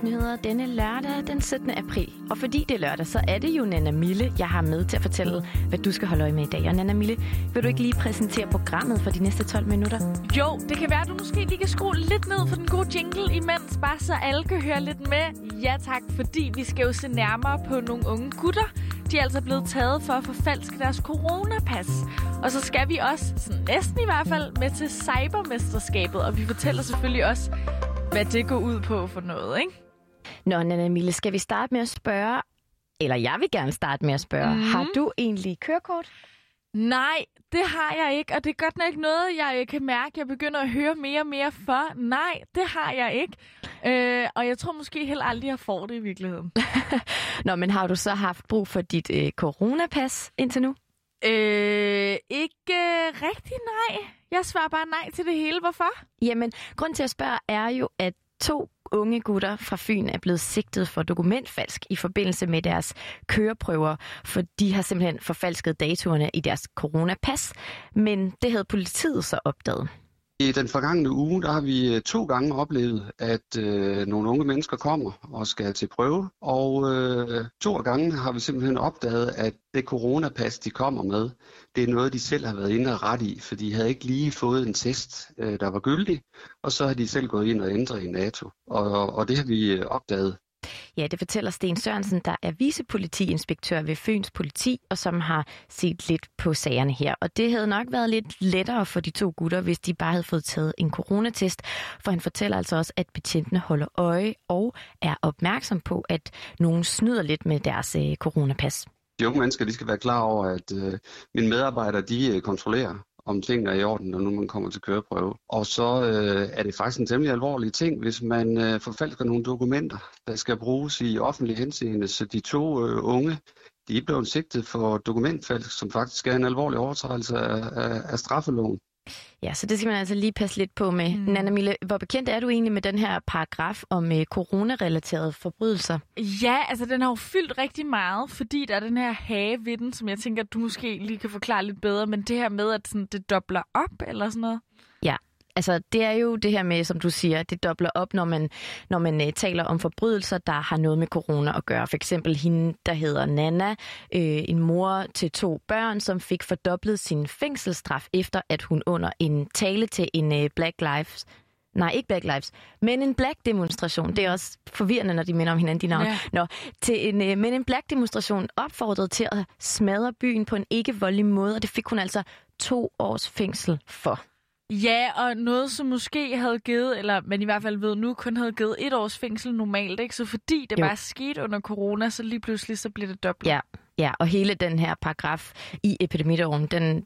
Nyheder denne lørdag den 17. april. Og fordi det er lørdag, så er det jo Nana Mille, jeg har med til at fortælle, hvad du skal holde øje med i dag. Og Nana Mille, vil du ikke lige præsentere programmet for de næste 12 minutter? Jo, det kan være, at du måske lige kan skrue lidt ned for den gode jingle imens, bare så alle kan høre lidt med. Ja tak, fordi vi skal jo se nærmere på nogle unge gutter. De er altså blevet taget for at forfalske deres coronapas. Og så skal vi også, sådan næsten i hvert fald, med til cybermesterskabet. Og vi fortæller selvfølgelig også, hvad det går ud på for noget, ikke? Nå, Nana Mille, skal vi starte med at spørge, eller jeg vil gerne starte med at spørge, har du egentlig kørekort? Nej, det har jeg ikke, og det er godt nok noget, jeg kan mærke, jeg begynder at høre mere og mere for. Nej, det har jeg ikke, og jeg tror måske heller aldrig, jeg får det i virkeligheden. Nå, men har du så haft brug for dit coronapas indtil nu? Ikke rigtig nej. Jeg svarer bare nej til det hele. Hvorfor? Jamen, grund til at spørge er jo, at 2 unge gutter fra Fyn er blevet sigtet for dokumentfalsk i forbindelse med deres køreprøver, for de har simpelthen forfalsket datoerne i deres coronapas, men det havde politiet så opdaget. I den forgangne uge, der har vi 2 gange oplevet, at nogle unge mennesker kommer og skal til prøve, og 2 gange har vi simpelthen opdaget, at det coronapas, de kommer med, det er noget, de selv har været inde og ret i, for de havde ikke lige fået en test, der var gyldig, og så har de selv gået ind og ændret i NATO, og det har vi opdaget. Ja, det fortæller Sten Sørensen, der er vicepolitiinspektør ved Fyns Politi, og som har set lidt på sagerne her. Og det havde nok været lidt lettere for de 2 gutter, hvis de bare havde fået taget en coronatest. For han fortæller altså også, at betjentene holder øje og er opmærksom på, at nogen snyder lidt med deres coronapas. De unge mennesker, de skal være klar over, at mine medarbejdere, de kontrollerer, om tingene er i orden, når man kommer til køreprøve. Og så er det faktisk en temmelig alvorlig ting, hvis man forfalsker nogle dokumenter, der skal bruges i offentlig henseende. Så de 2 unge, de er blevet sigtet for dokumentfalsk, som faktisk er en alvorlig overtrædelse af straffeloven. Ja, så det skal man altså lige passe lidt på med. Nana Mille, hvor bekendt er du egentlig med den her paragraf om coronarelaterede forbrydelser? Ja, altså den har jo fyldt rigtig meget, fordi der er den her hage ved den, som jeg tænker, at du måske lige kan forklare lidt bedre, men det her med, at sådan, det dobler op eller sådan noget? Ja. Altså, det er jo det her med, som du siger, det dobler op, når man taler om forbrydelser, der har noget med corona at gøre. For eksempel hende, der hedder Nana, en mor til 2 børn, som fik fordoblet sin fængselsstraf, efter at hun under en tale til en en Black-demonstration. Det er også forvirrende, når de minder om hinanden, de navn. Ja. Til en Men in Black-demonstration opfordrede til at smadre byen på en ikke-voldelig måde, og det fik hun altså 2 års fængsel for. Ja, og noget, som måske havde givet, eller man i hvert fald ved nu, kun havde givet 1 års fængsel normalt, ikke? Så fordi det bare skete under corona, så lige pludselig så bliver det dobbelt. Ja, og hele den her paragraf i epidemiloven, den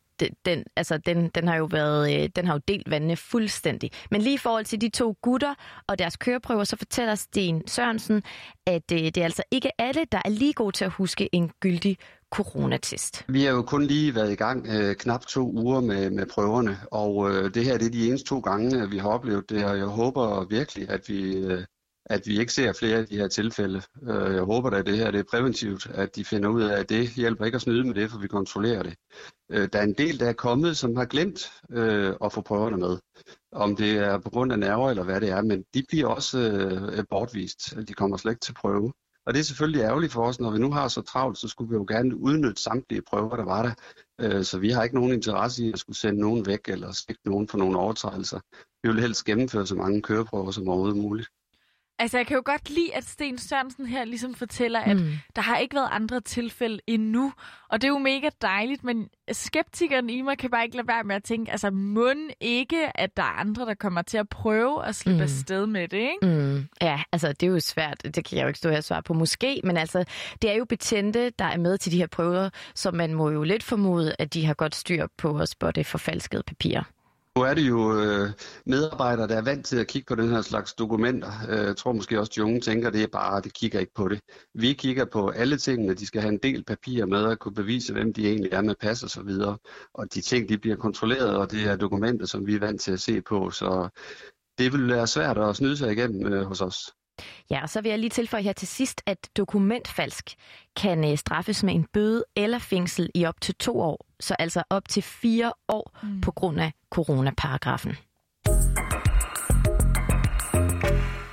har jo delt vandene fuldstændig. Men lige i forhold til de 2 gutter og deres køreprøver, så fortæller Sten Sørensen, at det er altså ikke alle, der er lige gode til at huske en gyldig coronatest. Vi har jo kun lige været i gang knap 2 uger med prøverne, og det her det er de eneste 2 gange, vi har oplevet det, og jeg håber virkelig, at vi ikke ser flere af de her tilfælde. Jeg håber da, at det her det er præventivt, at de finder ud af, at det hjælper ikke at snyde med det, for vi kontrollerer det. Der er en del, der er kommet, som har glemt at få prøverne med. Om det er på grund af nerver eller hvad det er, men de bliver også bortvist. De kommer slet ikke til prøve. Og det er selvfølgelig ærgerligt for os, når vi nu har så travlt, så skulle vi jo gerne udnytte samtlige prøver, der var der. Så vi har ikke nogen interesse i at skulle sende nogen væk eller stikke nogen for nogle overtrædelser. Vi vil helst gennemføre så mange køreprøver som overhovedet muligt. Altså, jeg kan jo godt lide, at Sten Sørensen her ligesom fortæller, at der har ikke været andre tilfælde endnu. Og det er jo mega dejligt, men skeptikeren i mig kan bare ikke lade være med at tænke, altså mon ikke, at der er andre, der kommer til at prøve at slippe afsted med det, ikke? Ja, altså det er jo svært. Det kan jeg jo ikke stå her og svare på måske, men altså det er jo betjente, der er med til de her prøver, så man må jo lidt formode, at de har godt styr på at spotte forfalskede papirer. Nu er det jo medarbejdere, der er vant til at kigge på den her slags dokumenter. Jeg tror måske også, de unge tænker, det er bare, de kigger ikke på det. Vi kigger på alle tingene. De skal have en del papir med at kunne bevise, hvem de egentlig er med pas og så videre. Og de ting, de bliver kontrolleret, og det er dokumenter, som vi er vant til at se på. Så det vil være svært at snyde sig igennem hos os. Ja, og så vil jeg lige tilføje her til sidst, at dokumentfalsk kan straffes med en bøde eller fængsel i op til 2 år. Så altså op til 4 år på grund af coronaparagrafen.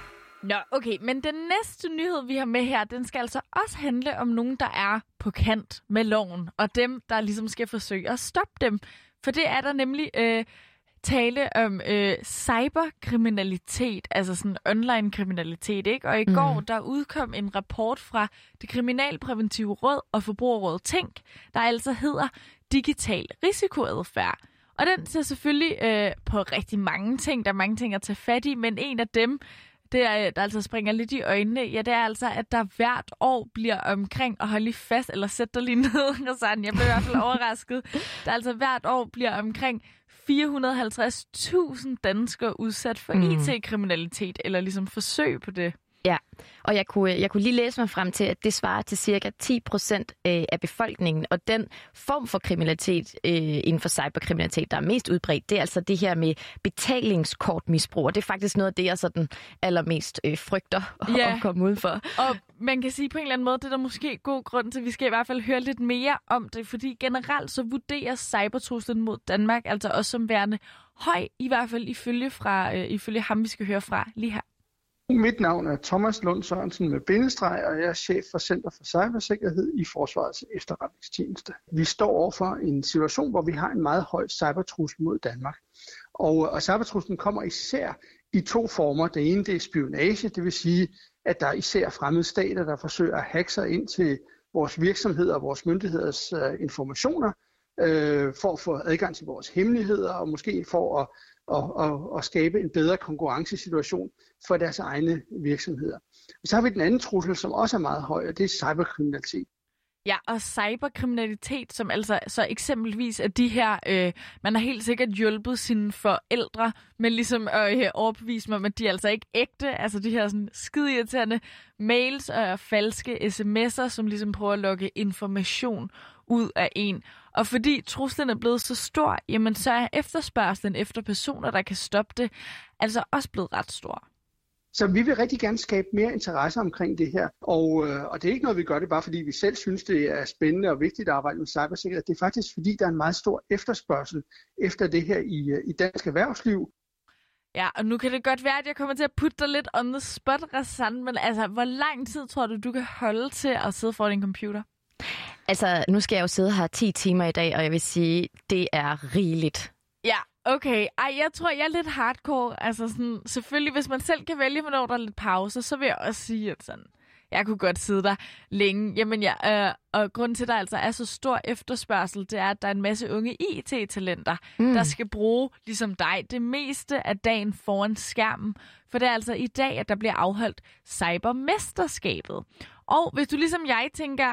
Nå, okay, men den næste nyhed, vi har med her, den skal altså også handle om nogen, der er på kant med loven, og dem, der ligesom skal forsøge at stoppe dem. For det er der nemlig tale om cyberkriminalitet, altså sådan online-kriminalitet, ikke? Og i går, der udkom en rapport fra det Kriminalpræventive Råd og Forbrugerrådet Tænk, der altså hedder Digital Risikoadfærd. Og den ser selvfølgelig på rigtig mange ting. Der er mange ting at tage fat i, men en af dem, der altså springer lidt i øjnene, ja, det er altså, at der hvert år bliver omkring, og hold lige fast, eller sæt dig lige ned, Rassan, jeg blev i hvert fald overrasket, der altså hvert år bliver omkring 450.000 danskere udsat for IT-kriminalitet, eller ligesom forsøg på det. Ja, og jeg kunne lige læse mig frem til, at det svarer til cirka 10% af befolkningen, og den form for kriminalitet inden for cyberkriminalitet, der er mest udbredt, det er altså det her med betalingskortmisbrug, og det er faktisk noget af det, jeg sådan allermest frygter at komme ud for. Og man kan sige på en eller anden måde, det er der måske god grund til, vi skal i hvert fald høre lidt mere om det, fordi generelt så vurderes cybertruslen mod Danmark altså også som værende høj, i hvert fald ifølge ham, vi skal høre fra lige her. Mit navn er Thomas Lund Sørensen med bindestreg, og jeg er chef for Center for Cybersikkerhed i Forsvarets Efterretningstjeneste. Vi står overfor en situation, hvor vi har en meget høj cybertrussel mod Danmark. Og cybertruslen kommer især i to former. Det ene det er spionage, det vil sige, at der er især fremmede stater, der forsøger at hacke sig ind til vores virksomheder og vores myndigheders informationer, for at få adgang til vores hemmeligheder og måske for at skabe en bedre konkurrencesituation for deres egne virksomheder. Og så har vi den anden trussel, som også er meget høj, og det er cyberkriminalitet. Ja, og cyberkriminalitet, som altså så eksempelvis er de her, man har helt sikkert hjulpet sine forældre med ligesom at overbevise mig om, at de er altså ikke ægte, altså de her sådan skideirriterende mails og falske sms'er, som ligesom prøver at lokke information ud af en. Og fordi truslen er blevet så stor, jamen så er efterspørgslen efter personer, der kan stoppe det, altså også blevet ret stor. Så vi vil rigtig gerne skabe mere interesse omkring det her, og det er ikke noget, vi gør det bare fordi vi selv synes, det er spændende og vigtigt at arbejde med cybersikkerhed. Det er faktisk fordi, der er en meget stor efterspørgsel efter det her i dansk erhvervsliv. Ja, og nu kan det godt være, at jeg kommer til at putte dig lidt on the spot, Rassan, men altså, hvor lang tid tror du kan holde til at sidde foran din computer? Altså, nu skal jeg jo sidde her 10 timer i dag, og jeg vil sige, det er rigeligt. Ja, okay. Jeg tror, jeg er lidt hardcore. Altså sådan, selvfølgelig, hvis man selv kan vælge, hvornår der er lidt pause, så vil jeg også sige, at sådan, jeg kunne godt sidde der længe. Jamen ja, og grunden til, at der altså er så stor efterspørgsel, det er, at der er en masse unge IT-talenter, der skal bruge, ligesom dig, det meste af dagen foran skærmen. For det er altså i dag, at der bliver afholdt cybermesterskabet. Og hvis du ligesom jeg tænker,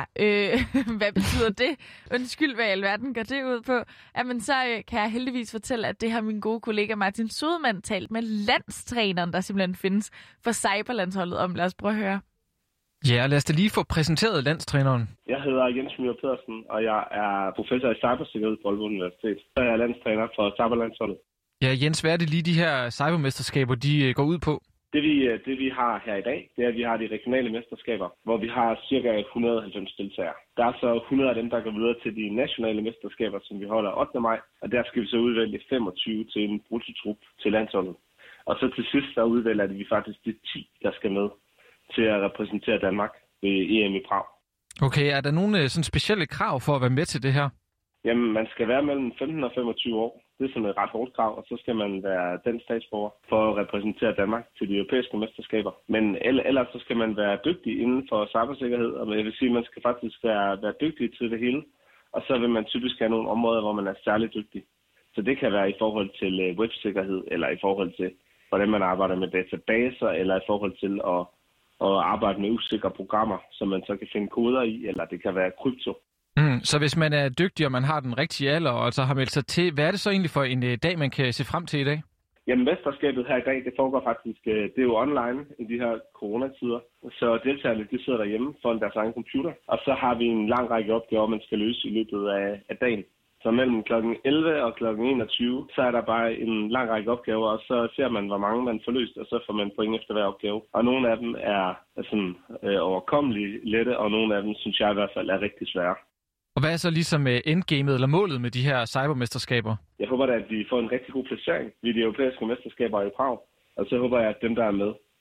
hvad betyder det? Undskyld, hvad i alverden går det ud på? Jamen, så kan jeg heldigvis fortælle, at det har min gode kollega Martin Sodemann talt med landstræneren, der simpelthen findes for cyberlandsholdet om. Lad os prøve at høre. Ja, lad os da lige få præsenteret landstræneren. Jeg hedder Jens Møller Pedersen, og jeg er professor i cybersikkerhed på Aalborg Universitet. Så er jeg landstræner for cyberlandsholdet. Ja, Jens, hvad er det lige, de her cybermesterskaber, de går ud på? Det vi har her i dag, det er, at vi har de regionale mesterskaber, hvor vi har ca. 190 deltagere. Der er så 100 af dem, der går videre til de nationale mesterskaber, som vi holder 8. maj. Og der skal vi så udvælge 25 til en brutotrup til landsholdet. Og så til sidst, der udvælger vi faktisk de 10, der skal med til at repræsentere Danmark ved EM i Prag. Okay, er der nogle sådan specielle krav for at være med til det her? Jamen, man skal være mellem 15 og 25 år. Det er sådan et ret hårdt krav, og så skal man være dansk statsborger for at repræsentere Danmark til de europæiske mesterskaber. Men ellers så skal man være dygtig inden for cybersikkerhed, og jeg vil sige, at man skal faktisk være dygtig til det hele. Og så vil man typisk have nogle områder, hvor man er særlig dygtig. Så det kan være i forhold til websikkerhed, eller i forhold til, hvordan man arbejder med databaser, eller i forhold til at arbejde med usikre programmer, som man så kan finde koder i, eller det kan være krypto. Så hvis man er dygtig, og man har den rigtige alder, og altså har meldt sig til, hvad er det så egentlig for en dag, man kan se frem til i dag? Jamen, mesterskabet her i dag, det foregår faktisk, det er jo online i de her coronatider. Så deltagerne, de sidder derhjemme foran deres egen computer, og så har vi en lang række opgaver, man skal løse i løbet af dagen. Så mellem kl. 11 og kl. 21, så er der bare en lang række opgaver, og så ser man, hvor mange man får løst, og så får man point efter hver opgave. Og nogle af dem er sådan overkommelige lette, og nogle af dem, synes jeg i hvert fald, er rigtig svære. Og hvad er så ligesom endgamet eller målet med de her cybermesterskaber? Jeg håber da, at vi får en rigtig god placering ved de europæiske mesterskaber i Prag, og så håber jeg, at dem, der er med,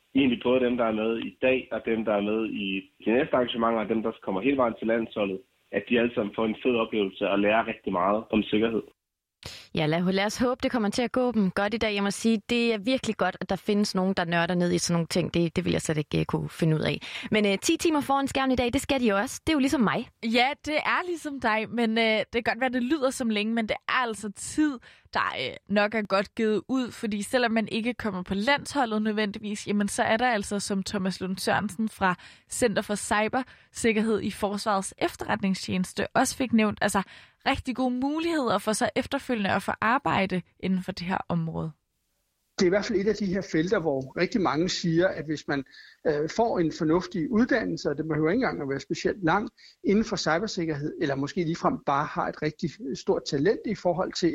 egentlig både dem, der er med i dag, og dem, der er med i de næste arrangementer, og dem, der kommer hele vejen til landsholdet, at de alle sammen får en fed oplevelse og lærer rigtig meget om sikkerhed. Ja, lad os håbe, det kommer til at gå dem godt i dag. Jeg må sige, det er virkelig godt, at der findes nogen, der nørder ned i sådan nogle ting. Det vil jeg slet ikke kunne finde ud af. Men 10 timer foran skærmen i dag, det skal de jo også. Det er jo ligesom mig. Ja, det er ligesom dig, men det kan godt være, det lyder som længe, men det er altså tid, der nok er godt givet ud, fordi selvom man ikke kommer på landsholdet nødvendigvis, jamen så er der altså, som Thomas Lund Sørensen fra Center for Cybersikkerhed i Forsvarets Efterretningstjeneste også fik nævnt, altså rigtig gode muligheder for så efterfølgende at få arbejde inden for det her område. Det er i hvert fald et af de her felter, hvor rigtig mange siger, at hvis man får en fornuftig uddannelse, og det behøver ikke engang at være specielt lang, inden for cybersikkerhed, eller måske ligefrem bare har et rigtig stort talent i forhold til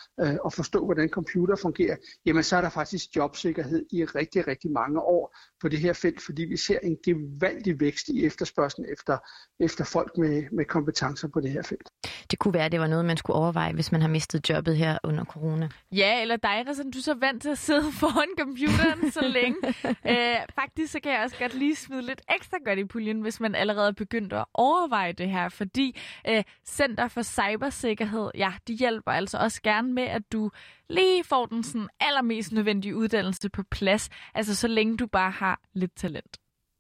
at forstå, hvordan computer fungerer, jamen så er der faktisk jobsikkerhed i rigtig, rigtig mange år på det her felt, fordi vi ser en gevaldig vækst i efterspørgslen efter folk med kompetencer på det her felt. Det kunne være, at det var noget, man skulle overveje, hvis man har mistet jobbet her under corona. Ja, eller dig, Rasmus, du er så vant til at sidde foran computeren så længe. Faktisk så kan jeg også godt lige smide lidt ekstra godt i puljen, hvis man allerede er begyndt at overveje det her, fordi Center for Cybersikkerhed, ja, de hjælper altså også gerne med, at du lige får den sådan allermest nødvendige uddannelse på plads, altså så længe du bare har lidt talent.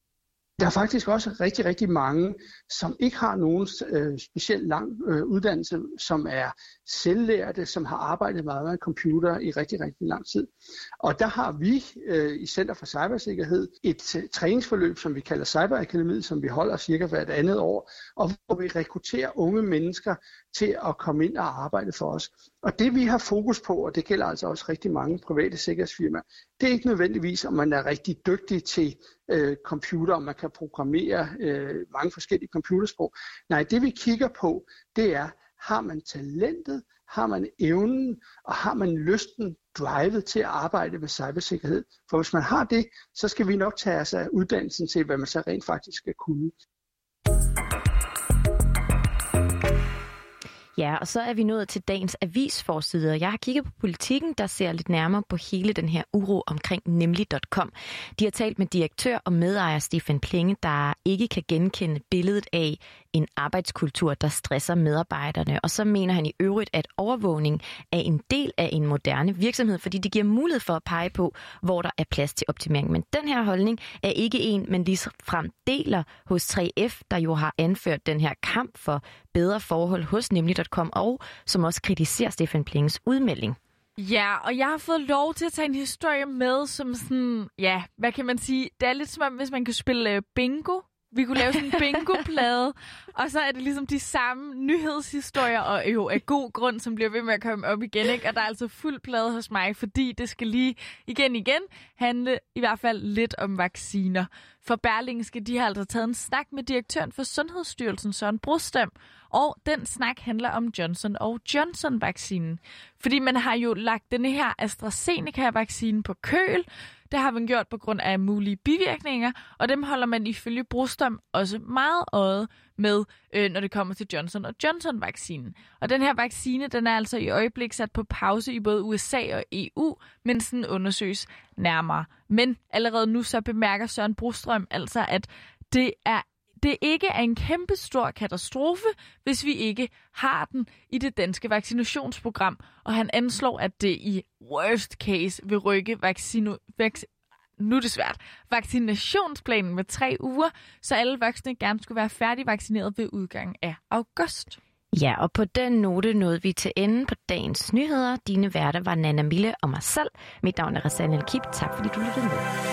Der er faktisk også rigtig, rigtig mange, som ikke har nogen specielt lang uddannelse, som er selvlærte, som har arbejdet meget med computer i rigtig, rigtig lang tid. Og der har vi i Center for Cybersikkerhed et træningsforløb, som vi kalder Cyberakademiet, som vi holder cirka hvert andet år, og hvor vi rekrutterer unge mennesker til at komme ind og arbejde for os. Og det vi har fokus på, og det gælder altså også rigtig mange private sikkerhedsfirmaer, det er ikke nødvendigvis, om man er rigtig dygtig til computer, og man kan programmere mange forskellige computersprog. Nej, det vi kigger på, det er, har man talentet, har man evnen, og har man lysten, drivet til at arbejde med cybersikkerhed. For hvis man har det, så skal vi nok tage os af uddannelsen til, hvad man så rent faktisk skal kunne. Ja, og så er vi nået til dagens avisforsider. Jeg har kigget på Politikken, der ser lidt nærmere på hele den her uro omkring nemlig.com. De har talt med direktør og medejer Stefan Plenge, der ikke kan genkende billedet af en arbejdskultur, der stresser medarbejderne. Og så mener han i øvrigt, at overvågning er en del af en moderne virksomhed, fordi det giver mulighed for at pege på, hvor der er plads til optimering. Men den her holdning er ikke en, man ligefrem deler hos 3F, der jo har anført den her kamp for bedre forhold hos nemlig.com, og som også kritiserer Stefan Plenges udmelding. Ja, og jeg har fået lov til at tage en historie med, som sådan, ja, hvad kan man sige? Det er lidt som om, hvis man kan spille bingo. Vi kunne lave sådan en bingo-plade, og så er det ligesom de samme nyhedshistorier, og jo af god grund, som bliver ved med at komme op igen, ikke? Og der er altså fuld plade hos mig, fordi det skal lige igen handle i hvert fald lidt om vacciner. For Berlingske, de har altså taget en snak med direktøren for Sundhedsstyrelsen, Søren Brostrøm, og den snak handler om Johnson & Johnson-vaccinen. Fordi man har jo lagt denne her AstraZeneca-vaccine på køl. Det har man gjort på grund af mulige bivirkninger, og dem holder man ifølge Brostrøm også meget øje med, når det kommer til Johnson & Johnson-vaccinen. Og den her vaccine, den er altså i øjeblik sat på pause i både USA og EU, mens den undersøges nærmere. Men allerede nu så bemærker Søren Brostrøm altså, at det ikke er en kæmpe stor katastrofe, hvis vi ikke har den i det danske vaccinationsprogram. Og han anslår, at det i worst case vil rykke vaccinationsplanen med 3 uger, så alle voksne gerne skulle være færdigvaccineret ved udgangen af august. Ja, og på den note nåede vi til enden på dagens nyheder. Dine værter var Nana Mille og mig selv. Mit navn er Rassan El Kip. Tak fordi du lyttede med.